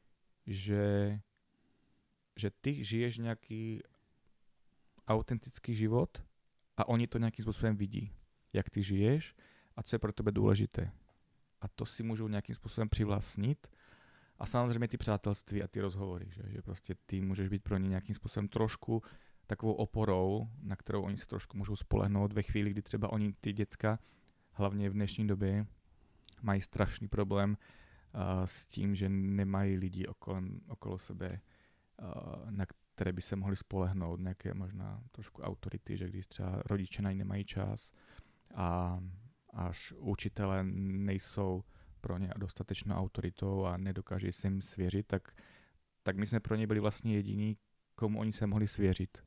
že ty žiješ nějaký autentický život a oni to nějakým způsobem vidí, jak ty žiješ a co je pro tebe důležité. A to si můžou nějakým způsobem přivlastnit. A samozřejmě ty přátelství a ty rozhovory, že prostě ty můžeš být pro ně nějakým způsobem trošku takovou oporou, na kterou oni se trošku můžou spolehnout ve chvíli, kdy třeba oni, ty děcka, hlavně v dnešní době, mají strašný problém s tím, že nemají lidi okolo sebe, na které by se mohli spolehnout, nějaké možná trošku autority, že když třeba rodiče na ně nemají čas a až učitelé nejsou pro ně dostatečnou autoritou a nedokáží se jim svěřit, tak my jsme pro ně byli vlastně jediní, komu oni se mohli svěřit.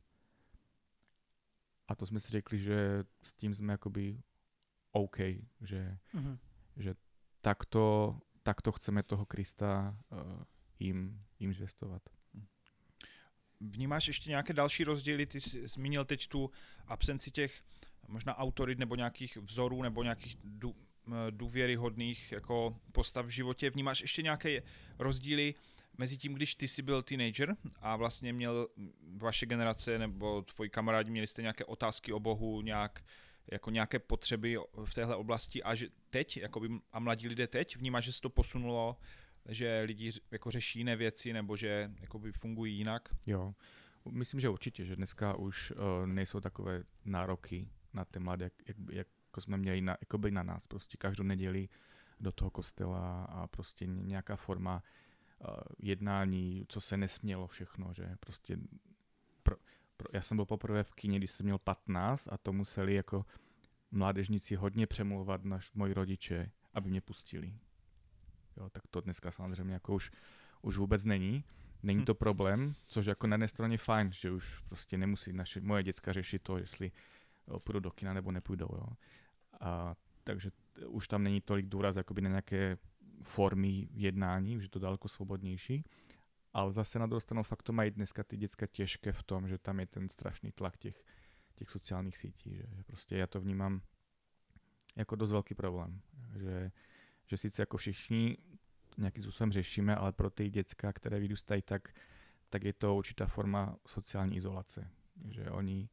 A to jsme si řekli, že s tím jsme jakoby OK, že takto chceme toho Krista jim zvěstovat. Vnímáš ještě nějaké další rozdíly? Ty jsi zmínil teď tu absenci těch možná autorit nebo nějakých vzorů nebo nějakých důvěryhodných jako postav v životě. Vnímáš ještě nějaké rozdíly mezi tím, když ty jsi byl teenager a vlastně měl vaše generace nebo tvoji kamarádi, měli jste nějaké otázky o Bohu, nějaké potřeby v téhle oblasti a že teď, jakoby, a mladí lidé teď, vnímáš, že se to posunulo, že lidi jako řeší jiné věci nebo že jakoby fungují jinak? Jo, myslím, že určitě, že dneska už nejsou takové nároky na ty mladé, jako jsme měli na nás. Prostě každou neděli do toho kostela a prostě nějaká forma jednání, co se nesmělo všechno, že prostě já jsem byl poprvé v kině, když jsem měl 15 a to museli jako mládežníci hodně přemlouvat moji rodiče, aby mě pustili. Jo, tak to dneska samozřejmě jako už vůbec není. Není to problém, což jako na jedné straně fajn, že už prostě nemusí moje děcka řešit to, jestli půjdou do kina nebo nepůjdou. Jo. Takže už tam není tolik důraz jakoby na nějaké formy jednání, už je to daleko svobodnější. Ale zase na druhou stranu fakt to mají dneska ty děcka těžké v tom, že tam je ten strašný tlak těch sociálních sítí. Že prostě já to vnímám jako dost velký problém. Že sice jako všichni nějakým způsobem řešíme, ale pro ty děcka, které vyrůstají, tak je to určitá forma sociální izolace. Že oni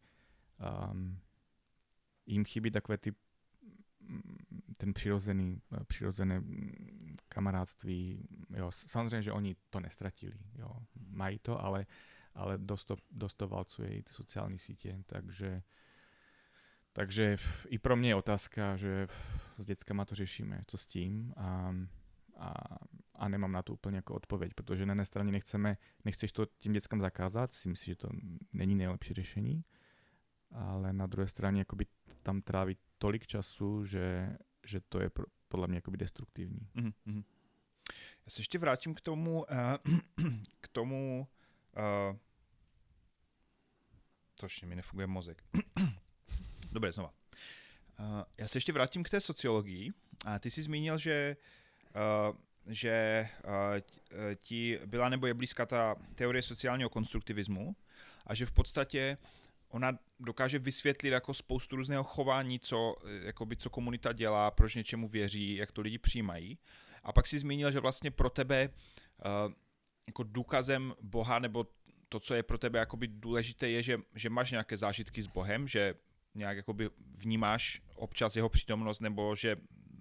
jim chybí takové ten přirozené kamarádství. Jo, samozřejmě, že oni to nestratili. Jo. Mají to, ale dost to valcuje i ty sociální sítě. Takže i pro mě je otázka, že s dětskama to řešíme, co s tím a nemám na to úplně jako odpověď, protože na jedné straně nechceš to tím dětskám zakázat, si myslím, že to není nejlepší řešení, ale na druhé straně jakoby tam trávit tolik času, že to je podle mě jakoby destruktivní. Mm-hmm. Já se ještě vrátím k tomu točně mi nefunguje mozek. Dobré, znova. Já se ještě vrátím k té sociologii. Ty jsi zmínil, že ti byla nebo je blízká ta teorie sociálního konstruktivismu a že v podstatě ona dokáže vysvětlit jako spoustu různého chování, co komunita dělá, proč něčemu věří, jak to lidi přijímají. A pak si zmínil, že vlastně pro tebe jako důkazem Boha, nebo to, co je pro tebe jakoby důležité, je, že máš nějaké zážitky s Bohem, že nějak jakoby vnímáš občas jeho přítomnost, nebo že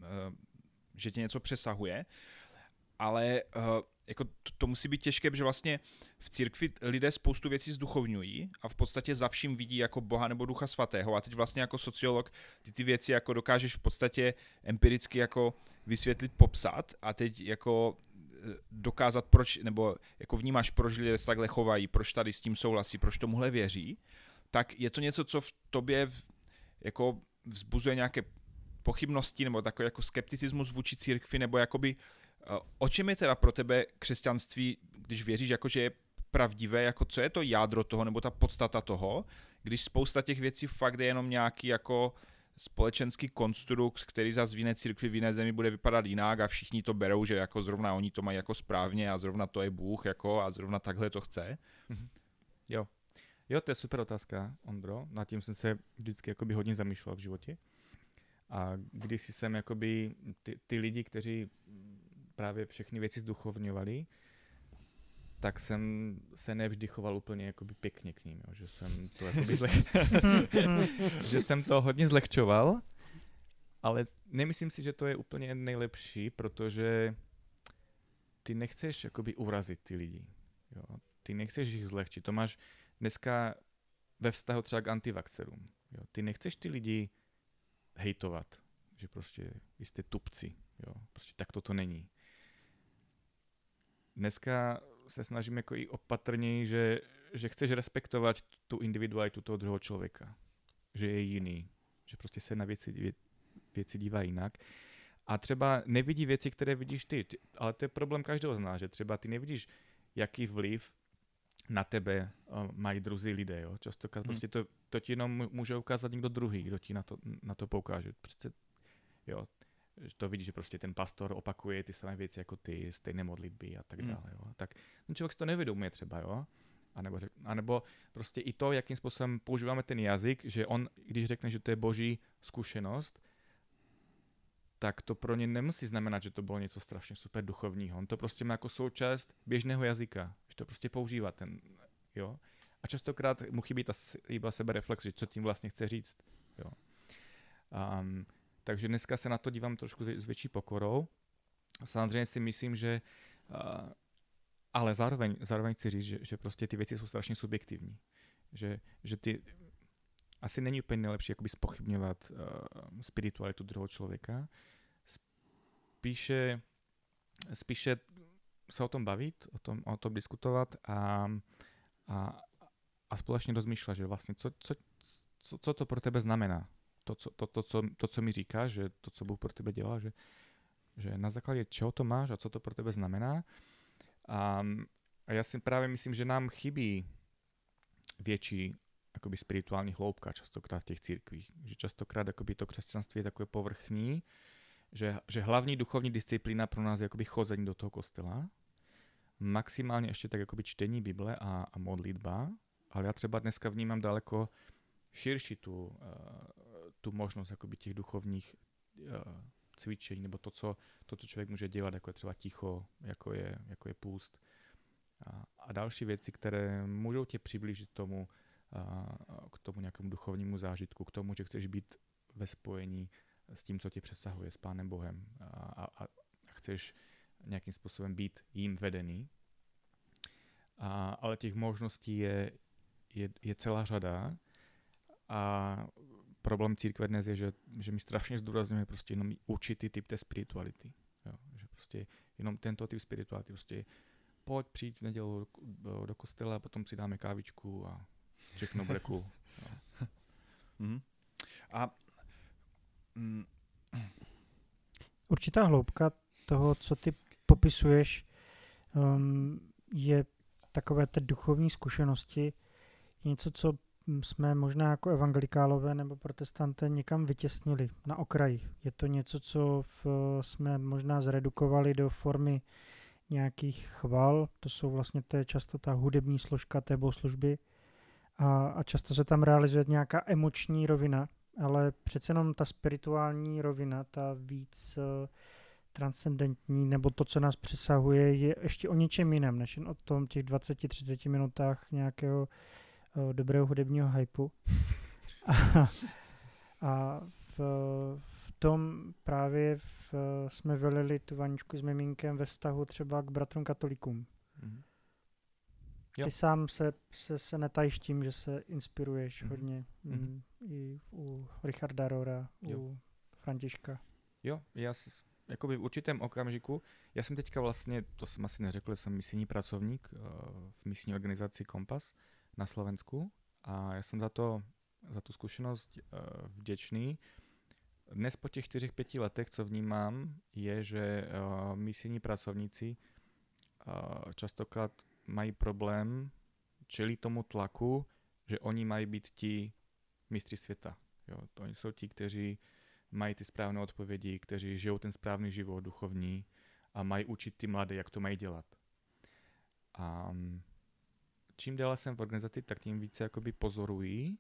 tě něco přesahuje. Ale jako to musí být těžké, protože vlastně v církvi lidé spoustu věcí zduchovňují a v podstatě za vším vidí jako Boha nebo Ducha Svatého. A teď vlastně jako sociolog ty věci jako dokážeš v podstatě empiricky jako vysvětlit, popsat a teď jako dokázat proč, nebo jako vnímáš, proč lidé se takhle chovají, proč tady s tím souhlasí, proč tomuhle věří, tak je to něco, co v tobě jako vzbuzuje nějaké pochybnosti nebo takový jako skepticismus vůči církvi, nebo jakoby o čem je teda pro tebe křesťanství, když věříš, jako že je pravdivé, jako co je to jádro toho, nebo ta podstata toho, když spousta těch věcí fakt je jenom nějaký jako společenský konstrukt, který zase v jiné církvi, v jiné zemi bude vypadat jinak a všichni to berou, že jako zrovna oni to mají jako správně a zrovna to je Bůh jako a zrovna takhle to chce. Mm-hmm. Jo, to je super otázka, Ondro. Nad tím jsem se vždycky jakoby hodně zamýšlel v životě. A když jsem jakoby ty lidi, kteří právě všechny věci zduchovňovali, tak jsem se nevždy choval úplně jakoby pěkně k ním, jo. Že jsem to jakoby že jsem to hodně zlehčoval, ale nemyslím si, že to je úplně nejlepší, protože ty nechceš jakoby urazit ty lidi. Jo. Ty nechceš jich zlehčit. To máš dneska ve vztahu třeba k antivaxerům. Jo. Ty nechceš ty lidi hejtovat, že prostě vy jste tupci. Jo. Prostě tak to není. Dneska se snažím jako i opatrněji, že chceš respektovat tu individualitu toho druhého člověka. Že je jiný. Že prostě se na věci dívá jinak. A třeba nevidí věci, které vidíš ty. Ale to je problém každého z nás, že třeba ty nevidíš, jaký vliv na tebe mají druzí lidé. Jo? Častokrát prostě to ti jenom může ukázat někdo druhý, kdo ti na to poukáže. Přece, jo, to vidíš, že prostě ten pastor opakuje ty samé věci jako ty, stejné modlitby a tak dále. Jo? Tak ten člověk si to nevědomuje třeba, jo? anebo prostě i to, jakým způsobem používáme ten jazyk, že on, když řekne, že to je boží zkušenost, tak to pro ně nemusí znamenat, že to bylo něco strašně super duchovního. On to prostě má jako součást běžného jazyka, že to prostě používá jo. A častokrát mu chybí iba sebereflex, že co tím vlastně chce říct, jo. Takže dneska se na to dívám trošku s větší pokorou. Samozřejmě si myslím, že ale zároveň chci říct, že prostě ty věci jsou strašně subjektivní. Že ty asi není úplně nejlepší jakoby zpochybňovat spiritualitu druhého člověka. Spíše se o tom bavit, o tom diskutovat a společně rozmýšlet, že vlastně co to pro tebe znamená. To, co mi říká, že to, co Bůh pro tebe dělá, že na základě čeho to máš a co to pro tebe znamená. A já si právě myslím, že nám chybí větší jakoby spirituální hloubka častokrát v těch církvích. Že častokrát jakoby to křesťanství je takové povrchní, že hlavní duchovní disciplína pro nás je jakoby chození do toho kostela, maximálně ještě tak jakoby čtení Bible a modlitba, ale já třeba dneska vnímám daleko širší tu možnost jakoby těch duchovních cvičení, nebo to, co člověk může dělat, jako je třeba ticho, jako je půst a další věci, které můžou tě přiblížit k tomu nějakému duchovnímu zážitku, k tomu, že chceš být ve spojení s tím, co tě přesahuje, s Pánem Bohem a chceš nějakým způsobem být jím vedený. Ale těch možností je celá řada a problém církve dnes je, že my strašně zdůrazňujeme prostě jenom určitý typ té spirituality. Jo? Že prostě jenom tento typ spirituality, prostě pojď přijít v neděli do kostela a potom si dáme kávičku a všechno bude cool. Určitá hloubka toho, co ty popisuješ, je takové té duchovní zkušenosti, něco, co jsme možná jako evangelikálové nebo protestanté někam vytěsnili na okraji. Je to něco, co jsme možná zredukovali do formy nějakých chval, to jsou vlastně často ta hudební složka té bohoslužby a často se tam realizuje nějaká emoční rovina, ale přece jenom ta spirituální rovina, ta víc transcendentní, nebo to, co nás přesahuje, je ještě o něčem jiném, než jen o tom těch 20-30 minutách nějakého dobrého hudebního hypeu. A v tom právě jsme velili tu Vaničku s miminkem ve vztahu třeba k bratrům katolíkům. Mm-hmm. Ty sám se netajíš tím, že se inspiruješ hodně i u Richarda Rohra, u Františka. Jo, já jakoby v určitém okamžiku, já jsem teďka vlastně, to jsem asi neřekl, jsem misijní pracovník v misijní organizaci Kompas na Slovensku a já jsem za tu zkušenost vděčný. Dnes po těch 4-5 letech, co vnímám, je, že misijní pracovníci častokrát mají problém, čelí tomu tlaku, že oni mají být ti mistři světa. Jo, to oni jsou ti, kteří mají ty správné odpovědi, kteří žijou ten správný život duchovní a mají učit ty mladé, jak to mají dělat. A čím déle jsem v organizaci, tak tím více jakoby pozorují,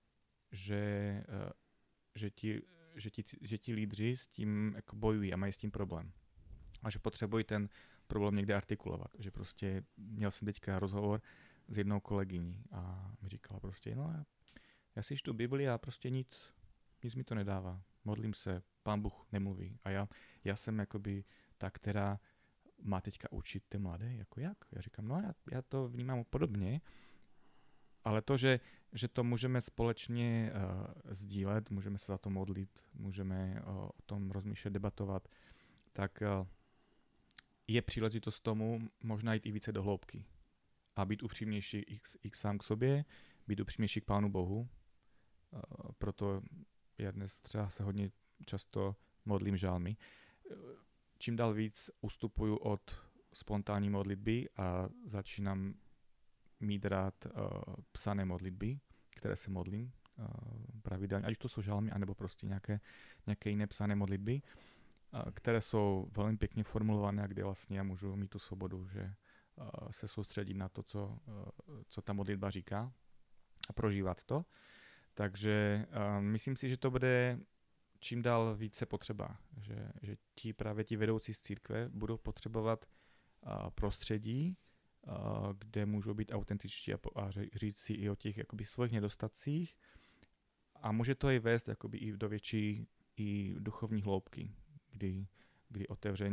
že ti lídři s tím jako bojují a mají s tím problém. A že potřebují ten problém někde artikulovat. Že prostě měl jsem teďka rozhovor s jednou kolegyní a mi říkala prostě, no já si čtu Bibli a prostě nic mi to nedává. Modlím se, Pán Bůh nemluví. A já jsem jakoby ta, která má teďka učit ty mladé, jako jak? Já říkám, no já to vnímám podobně, ale to, že to můžeme společně sdílet, můžeme se za to modlit, můžeme o tom rozmýšlet, debatovat, tak je příležitost tomu možná jít i více do hloubky a být upřímnější i sám k sobě, být upřímnější k Pánu Bohu. Proto já dnes třeba se hodně často modlím žálmy. Čím dál víc ustupuju od spontánní modlitby a začínám mít rád psané modlitby, které se modlím pravidelně, ať už to jsou žálmy, anebo prostě nějaké jiné psané modlitby, které jsou velmi pěkně formulované a kde vlastně já můžu mít tu svobodu, že se soustředit na to, co ta modlitba říká a prožívat to. Takže myslím si, že to bude čím dál více potřeba, že právě ti vedoucí z církve budou potřebovat prostředí, kde můžou být autentičtí a říct si i o těch jakoby svých nedostatcích a může to i vést jakoby i do větší i duchovní hloubky, kdy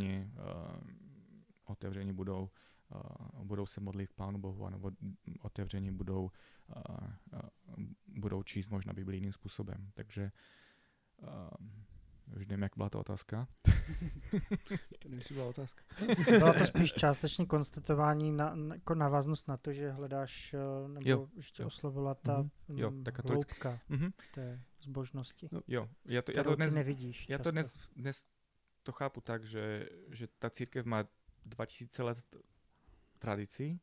otevření budou se modlit k Pánu Bohu, nebo otevření budou číst možná Bibli jiným způsobem. Takže už nevím, jak byla ta otázka. To byla otázka. Byla to spíš částečné konstatování jako návaznost na to, že hledáš, nebo už tě oslovila ta hloubka té zbožnosti. No, jo, já to dnes to chápu tak, že ta církev má 2000 let tradici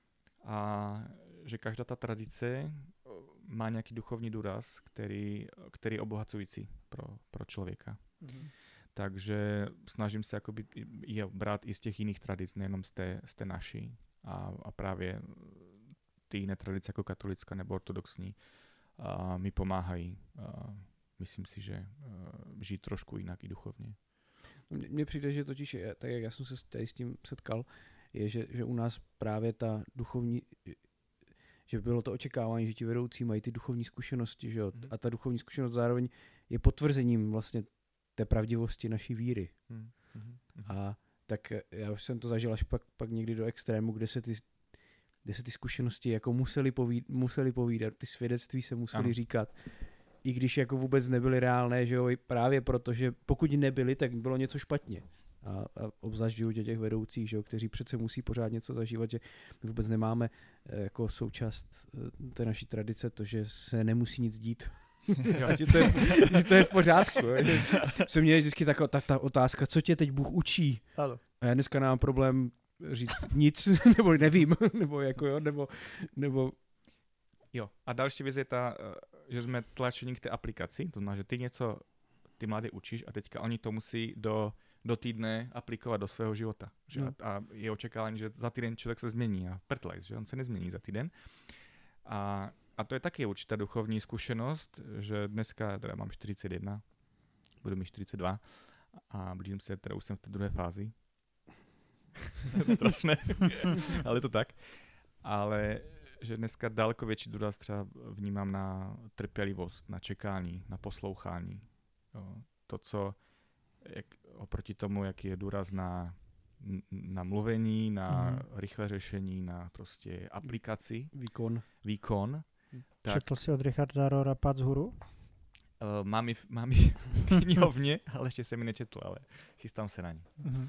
a že každá ta tradice má nějaký duchovní důraz, který je obohacující pro člověka. Takže snažím se jakoby brát i z těch jiných tradic, nejenom z té naší. A právě ty jiné tradice jako katolická nebo ortodoxní mi pomáhají. Myslím si, že žít trošku jinak i duchovně. Mně přijde, že totiž, tak jak já jsem se tady s tím setkal, je, že u nás právě ta duchovní, že bylo to očekávání, že ti vedoucí mají ty duchovní zkušenosti, že jo? A ta duchovní zkušenost zároveň je potvrzením vlastně té pravdivosti naší víry. A tak já už jsem to zažil až pak někdy do extrému, kde se ty zkušenosti jako museli povídat, ty svědectví se museli říkat, i když jako vůbec nebyly reálné, že jo, právě proto, že pokud nebyly, tak bylo něco špatně. A obzvlášť v životě těch vedoucích, že jo, kteří přece musí pořád něco zažívat, že my vůbec nemáme jako součást té naší tradice to, že se nemusí nic dít. že to je v pořádku. Se mě vždycky ta otázka, co tě teď Bůh učí? Ano. A já dneska nemám problém říct nic, nebo nevím, nebo jako jo, nebo... Jo, a další věc je ta, že jsme tlačení k té aplikaci, to znamená, že ty mladé učíš a teďka oni to musí do týdne aplikovat do svého života. Že? A je očekávání, že za týden člověk se změní a pertlex, že on se nezmění za týden. A to je taky určitá duchovní zkušenost, že dneska teda mám 41, budu mít 42 a blížím se, teda už jsem v té druhé fázi. Strašné, ale je to tak. Ale že dneska daleko větší důraz třeba vnímám na trpělivost, na čekání, na poslouchání. Jo. To, co oproti tomu, jaký je důraz na mluvení, na rychlé řešení, na prostě aplikaci. Výkon. Četl jsi od Richarda Rohra Pád vzhůru? Mám ji v knihovně, ale ještě jsem ji nečetl, ale chystám se na ní.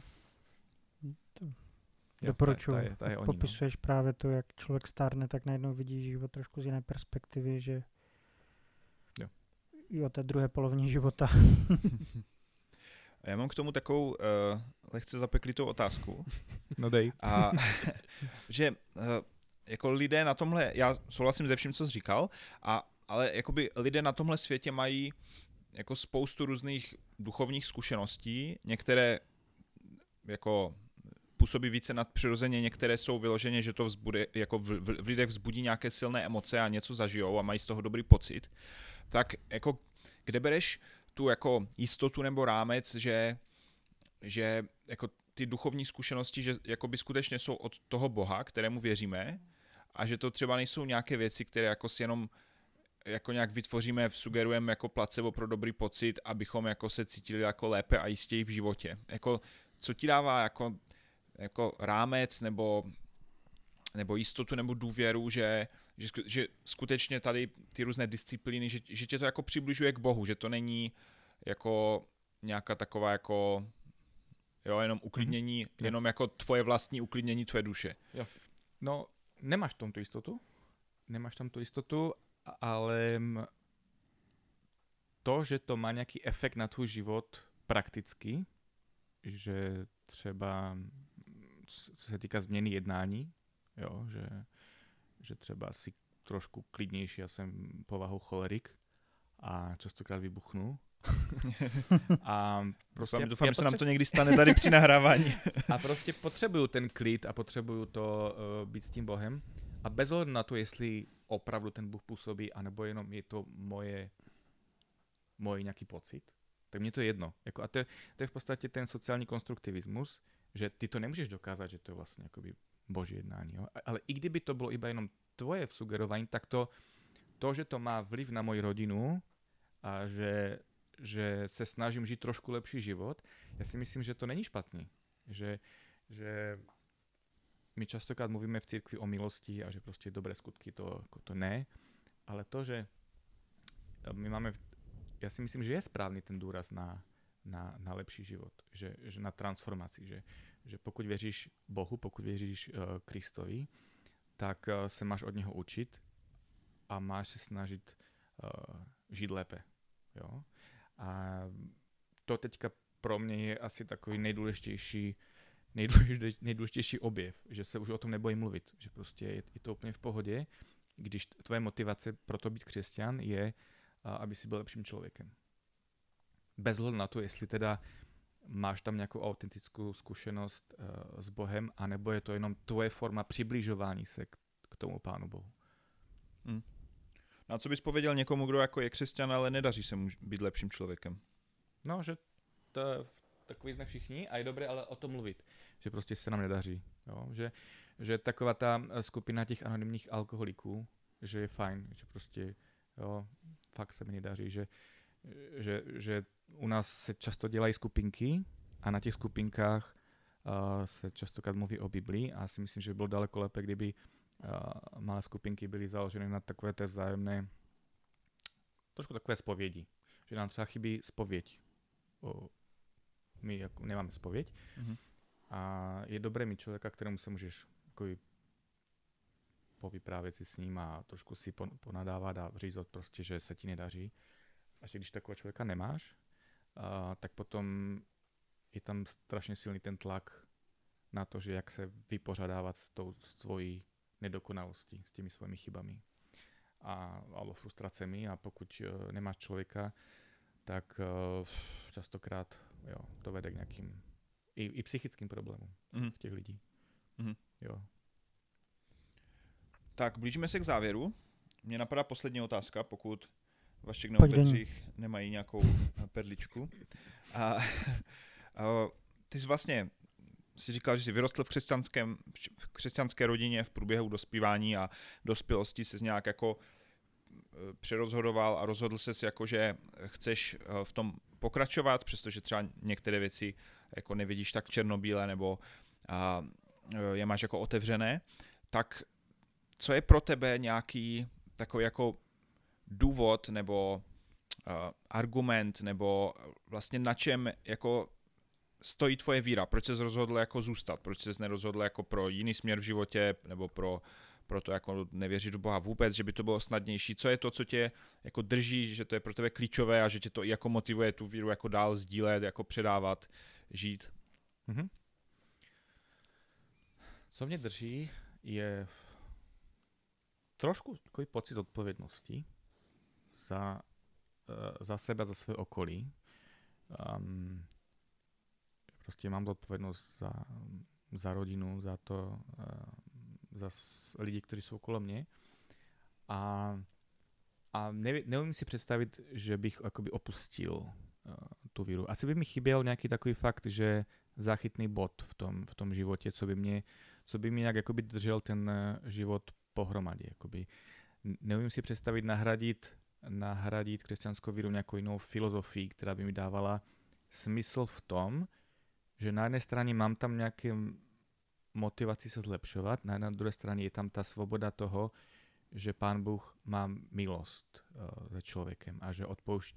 Doporučuji. Popisuješ právě to, jak člověk stárne, tak najednou vidí život trošku z jiné perspektivy, že i o té druhé polovině života. Já mám k tomu takovou lehce zapeklitou otázku. No dej. A že jako lidé na tomhle, já souhlasím se vším, co jsi říkal, ale jakoby lidé na tomhle světě mají jako spoustu různých duchovních zkušeností, některé jako působí více nadpřirozeně, některé jsou vyloženě, že to jako v lidech vzbudí nějaké silné emoce a něco zažijou a mají z toho dobrý pocit. Tak jako kde bereš tu jako jistotu nebo rámec, že jako ty duchovní zkušenosti, že jakoby skutečně jsou od toho Boha, kterému věříme, a že to třeba nejsou nějaké věci, které jako si jenom jako nějak vytvoříme, sugerujeme jako placebo pro dobrý pocit, abychom jako se cítili jako lépe a jistěji v životě. Jako, co ti dává jako rámec nebo jistotu nebo důvěru, že skutečně tady ty různé disciplíny, že tě to jako přibližuje k Bohu, že to není jako nějaká taková jako jenom uklidnění, jenom jako tvoje vlastní uklidnění tvé duše. Jo. No, nemáš tam tu jistotu, ale to, že to má nějaký efekt na tvůj život prakticky, že třeba co se týká změny jednání, jo, že třeba si trošku klidnější, já jsem povahou cholerik a častokrát vybuchnu A prostě doufám, že se nám to někdy stane tady při nahrávání. A prostě potřebuju ten klid a potřebuju to být s tím Bohem. A bez ohledu na to, jestli opravdu ten Bůh působí, anebo jenom je to můj nějaký pocit, tak mně to je jedno. Jako, a to je v podstatě ten sociální konstruktivismus, že ty to nemůžeš dokázat, že to je vlastně jakoby boží jednání. Jo? Ale i kdyby to bylo iba jenom tvoje sugerování, tak to, že to má vliv na moji rodinu a že se snažím žít trošku lepší život, já si myslím, že to není špatný. Že my častokrát mluvíme v církvi o milosti a že prostě dobré skutky to ne, ale to, že my máme, já si myslím, že je správný ten důraz na lepší život, že na transformaci, že pokud věříš Bohu, pokud věříš Kristovi, tak se máš od něho učit a máš se snažit žít lépe. Jo? A to teďka pro mě je asi takový nejdůležitější objev, že se už o tom nebojím mluvit, že prostě je to úplně v pohodě, když tvoje motivace pro to být křesťan je, aby si byl lepším člověkem. Bez ohledu na to, jestli teda máš tam nějakou autentickou zkušenost s Bohem, anebo je to jenom tvoje forma přibližování se k tomu Pánu Bohu. A co bys pověděl někomu, kdo jako je křesťan, ale nedaří se mu být lepším člověkem? No, že takový jsme všichni a je dobré ale o tom mluvit, že prostě se nám nedaří. Jo? Že taková ta skupina těch anonymních alkoholiků, že je fajn, že prostě jo, fakt se mi nedaří, že u nás se často dělají skupinky a na těch skupinkách se častokrát mluví o Biblii a si myslím, že by bylo daleko lépe, kdyby malé skupinky byly založeny na takové té vzájemné, trošku takové zpovědi. Že nám třeba chybí zpověď. My jako nemáme zpověď. Mm-hmm. A je dobré mít člověka, kterému se můžeš povyprávět si s ním a trošku si ponadávat a říct prostě, že se ti nedaří. A že když takového člověka nemáš, tak potom je tam strašně silný ten tlak na to, že jak se vypořádávat s tou svojí nedokonalostí, s těmi svými chybami alebo frustracemi. A pokud nemáš člověka, tak častokrát to vede k nějakým i psychickým problémům těch lidí. Mm-hmm. Jo. Tak, blížíme se k závěru. Mně napadá poslední otázka, pokud Vašek nebo Petřích nemají nějakou perličku. Ty jsi vlastně si říkal, že jsi vyrostl v křesťanské rodině v průběhu dospívání a dospělosti se nějak jako přerozhodoval a rozhodl ses jako, že chceš v tom pokračovat, přestože třeba některé věci jako nevidíš tak černobíle nebo je máš jako otevřené, tak co je pro tebe nějaký takový jako důvod nebo argument nebo vlastně na čem jako stojí tvoje víra? Proč ses rozhodl jako zůstat? Proč ses nerozhodl jako pro jiný směr v životě nebo pro to jako nevěřit do Boha vůbec, že by to bylo snadnější? Co je to, co tě jako drží, že to je pro tebe klíčové a že tě to jako motivuje tu víru jako dál sdílet, jako předávat, žít? Mm-hmm. Co mě drží, je trošku takový pocit odpovědnosti za sebe, za své okolí. Prostě mám odpovědnost za rodinu, za to, za lidi, kteří jsou okolo mě. A neumím si představit, že bych jakoby opustil tu víru. Asi by mi chyběl nějaký takový fakt, že záchytný bod v tom životě, co by mě nějak jakoby držel ten život pohromadě. Jakoby. Neumím si představit nahradit křesťanskou víru nějakou jinou filozofii, která by mi dávala smysl v tom, že na jedné straně mám tam nějaké motivaci se zlepšovat, na druhé straně je tam ta svoboda toho, že Pán Bůh má milost za člověkem a že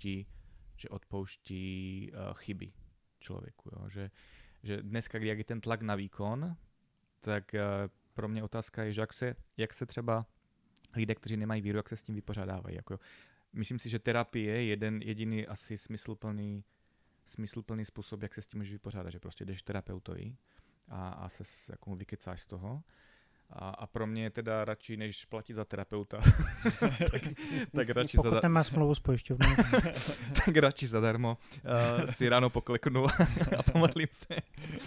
odpouští chyby člověku. Jo? Že dneska, jak je ten tlak na výkon, tak pro mě otázka je, že jak se třeba lidé, kteří nemají víru, jak se s tím vypořádávají. Jako, myslím si, že terapie je jeden jediný asi smysluplný způsob, jak se s tím můžeš vypořádat, že prostě jdeš terapeutovi a se jako vykecáš z toho A pro mě je teda radši, než platit za terapeuta, tak radši Pokud nemá smlouvu s pojišťovnou. tak radši zadarmo si ráno pokleknu a pomodlím se.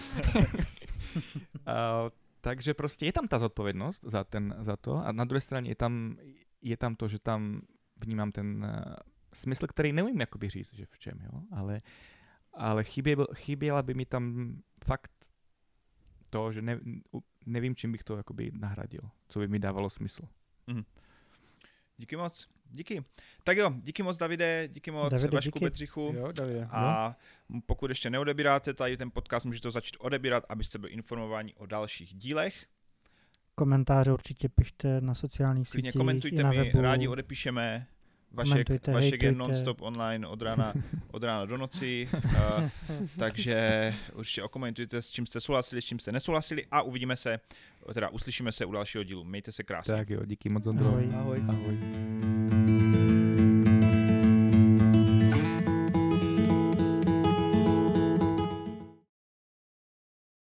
Takže prostě je tam ta zodpovědnost za to a na druhé straně je tam to, že tam vnímám ten smysl, který nevím jakoby říct, že v čem, jo, ale chyběla by mi tam fakt to, že nevím, čím bych to jakoby nahradil, co by mi dávalo smysl. Díky moc. Díky. Tak jo, díky moc Davide, díky moc Vašku Bedřichu. Jo, Davide. A pokud ještě neodebíráte tady ten podcast, můžete to začít odebírat, abyste byli informováni o dalších dílech. Komentáře určitě pište na sociálních Klidně sítích, komentujte, i na my webu. rádi odepíšeme. Vašek je non-stop online od rána do noci, takže určitě okomentujte, s čím jste souhlasili, s čím jste nesouhlasili a uslyšíme se u dalšího dílu. Mějte se krásně. Tak jo, díky moc, Ondro. Ahoj. Ahoj. Ahoj.